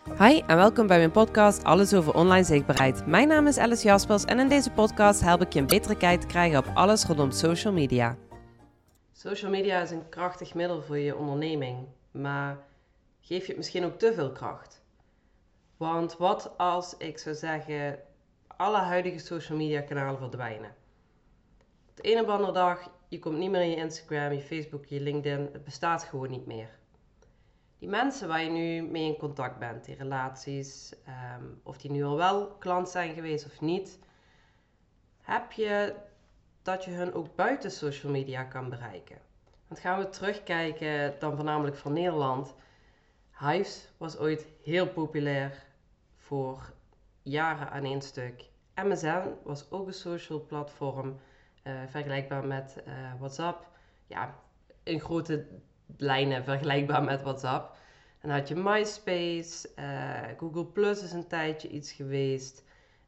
Hi en welkom bij mijn podcast Alles over online zichtbaarheid. Mijn naam is Alice Jaspers en in deze podcast help ik je een betere kijk te krijgen op alles rondom social media. Social media is een krachtig middel voor je onderneming, maar geef je het misschien ook te veel kracht? Want wat als ik zou zeggen, alle huidige social media kanalen verdwijnen? Op de een of andere dag, je komt niet meer in je Instagram, je Facebook, je LinkedIn, het bestaat gewoon niet meer. Die mensen waar je nu mee in contact bent, die relaties, of die nu al wel klant zijn geweest of niet, heb je dat je hun ook buiten social media kan bereiken. Want gaan we terugkijken dan voornamelijk van Nederland. Hives was ooit heel populair voor jaren aan één stuk. MSN was ook een social platform, vergelijkbaar met WhatsApp. Ja, in grote lijnen vergelijkbaar met WhatsApp. Dan had je MySpace, Google Plus is een tijdje iets geweest.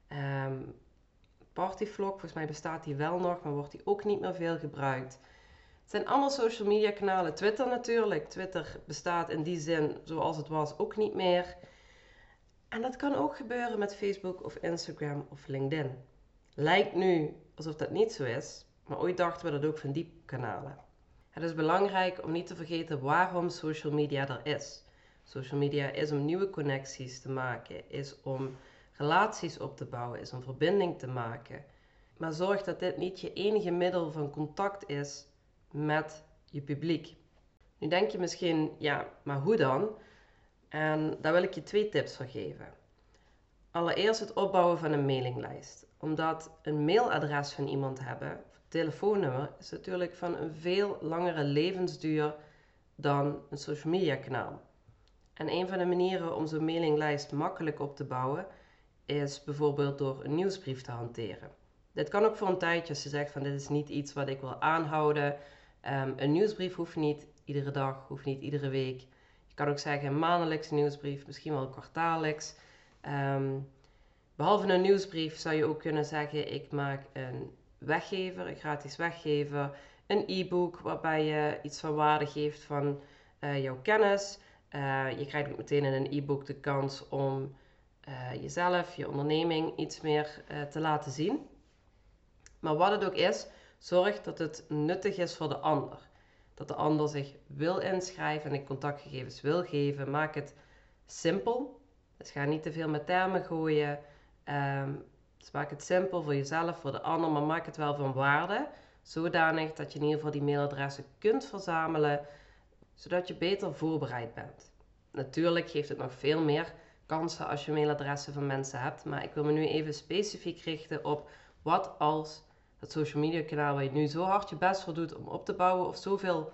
Partyvlog, volgens mij bestaat die wel nog, maar wordt die ook niet meer veel gebruikt. Het zijn allemaal social media kanalen. Twitter natuurlijk. Twitter bestaat in die zin zoals het was ook niet meer. En dat kan ook gebeuren met Facebook of Instagram of LinkedIn. Lijkt nu alsof dat niet zo is, maar ooit dachten we dat ook van die kanalen. Het is belangrijk om niet te vergeten waarom social media er is. Social media is om nieuwe connecties te maken, is om relaties op te bouwen, is om verbinding te maken. Maar zorg dat dit niet je enige middel van contact is met je publiek. Nu denk je misschien, ja, maar hoe dan? En daar wil ik je 2 tips voor geven. Allereerst het opbouwen van een mailinglijst. Omdat een mailadres van iemand hebben, of een telefoonnummer, is natuurlijk van een veel langere levensduur dan een social media kanaal. En een van de manieren om zo'n mailinglijst makkelijk op te bouwen, is bijvoorbeeld door een nieuwsbrief te hanteren. Dit kan ook voor een tijdje als je zegt van dit is niet iets wat ik wil aanhouden. Een nieuwsbrief hoeft niet iedere dag, hoeft niet iedere week. Je kan ook zeggen een maandelijkse nieuwsbrief, misschien wel kwartaallijks. Behalve een nieuwsbrief zou je ook kunnen zeggen ik maak een weggever, een gratis weggever. Een e-book waarbij je iets van waarde geeft van jouw kennis. Je krijgt ook meteen in een e-book de kans om jezelf, je onderneming iets meer te laten zien. Maar wat het ook is, zorg dat het nuttig is voor de ander. Dat de ander zich wil inschrijven en de contactgegevens wil geven. Maak het simpel. Dus ga niet te veel met termen gooien. Dus maak het simpel voor jezelf, voor de ander, maar maak het wel van waarde. Zodanig dat je in ieder geval die mailadressen kunt verzamelen, zodat je beter voorbereid bent. Natuurlijk geeft het nog veel meer kansen als je mailadressen van mensen hebt. Maar ik wil me nu even specifiek richten op wat als dat social media kanaal waar je nu zo hard je best voor doet om op te bouwen of zoveel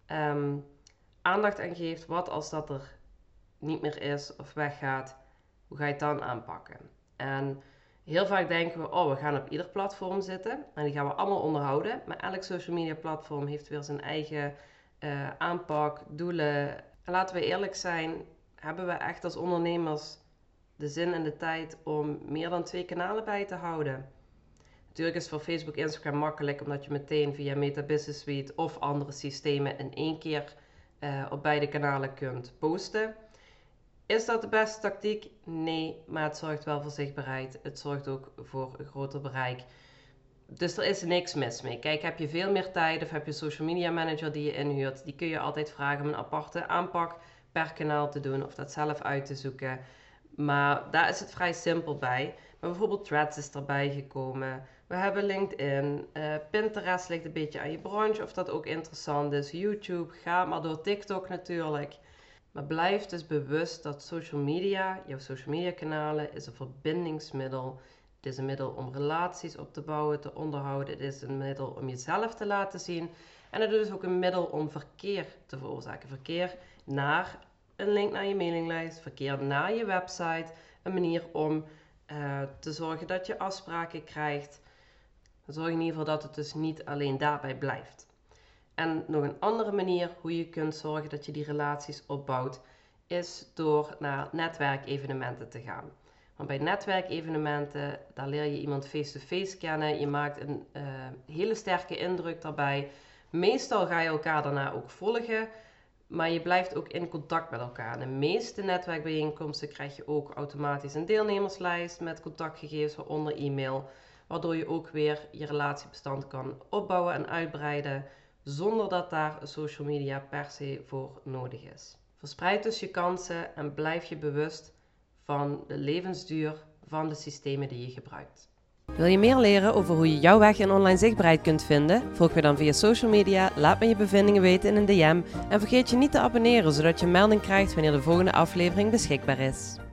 aandacht aan geeft, wat als dat er niet meer is of weggaat, hoe ga je het dan aanpakken? En heel vaak denken we, we gaan op ieder platform zitten en die gaan we allemaal onderhouden. Maar elk social media platform heeft weer zijn eigen aanpak, doelen. En laten we eerlijk zijn, hebben we echt als ondernemers de zin en de tijd om meer dan 2 kanalen bij te houden? Natuurlijk is het voor Facebook en Instagram makkelijk, omdat je meteen via Meta Business Suite of andere systemen in 1 keer op beide kanalen kunt posten. Is dat de beste tactiek? Nee, maar het zorgt wel voor zichtbaarheid. Het zorgt ook voor een groter bereik. Dus er is niks mis mee. Kijk, heb je veel meer tijd of heb je een social media manager die je inhuurt, die kun je altijd vragen om een aparte aanpak per kanaal te doen of dat zelf uit te zoeken. Maar daar is het vrij simpel bij. Maar bijvoorbeeld Threads is erbij gekomen. We hebben LinkedIn. Pinterest ligt een beetje aan je branche of dat ook interessant is. YouTube, ga maar door. TikTok natuurlijk. Maar blijf dus bewust dat social media, jouw social media kanalen, is een verbindingsmiddel. Het is een middel om relaties op te bouwen, te onderhouden. Het is een middel om jezelf te laten zien. En het is ook een middel om verkeer te veroorzaken. Verkeer naar een link naar je mailinglijst, verkeer naar je website. Een manier om te zorgen dat je afspraken krijgt. Zorg in ieder geval dat het dus niet alleen daarbij blijft. En nog een andere manier hoe je kunt zorgen dat je die relaties opbouwt, is door naar netwerkevenementen te gaan. Want bij netwerkevenementen, daar leer je iemand face-to-face kennen. Je maakt een hele sterke indruk daarbij. Meestal ga je elkaar daarna ook volgen. Maar je blijft ook in contact met elkaar. De meeste netwerkbijeenkomsten krijg je ook automatisch een deelnemerslijst met contactgegevens, waaronder e-mail. Waardoor je ook weer je relatiebestand kan opbouwen en uitbreiden, zonder dat daar social media per se voor nodig is. Verspreid dus je kansen en blijf je bewust van de levensduur van de systemen die je gebruikt. Wil je meer leren over hoe je jouw weg in online zichtbaarheid kunt vinden? Volg me dan via social media, laat me je bevindingen weten in een DM en vergeet je niet te abonneren, zodat je een melding krijgt wanneer de volgende aflevering beschikbaar is.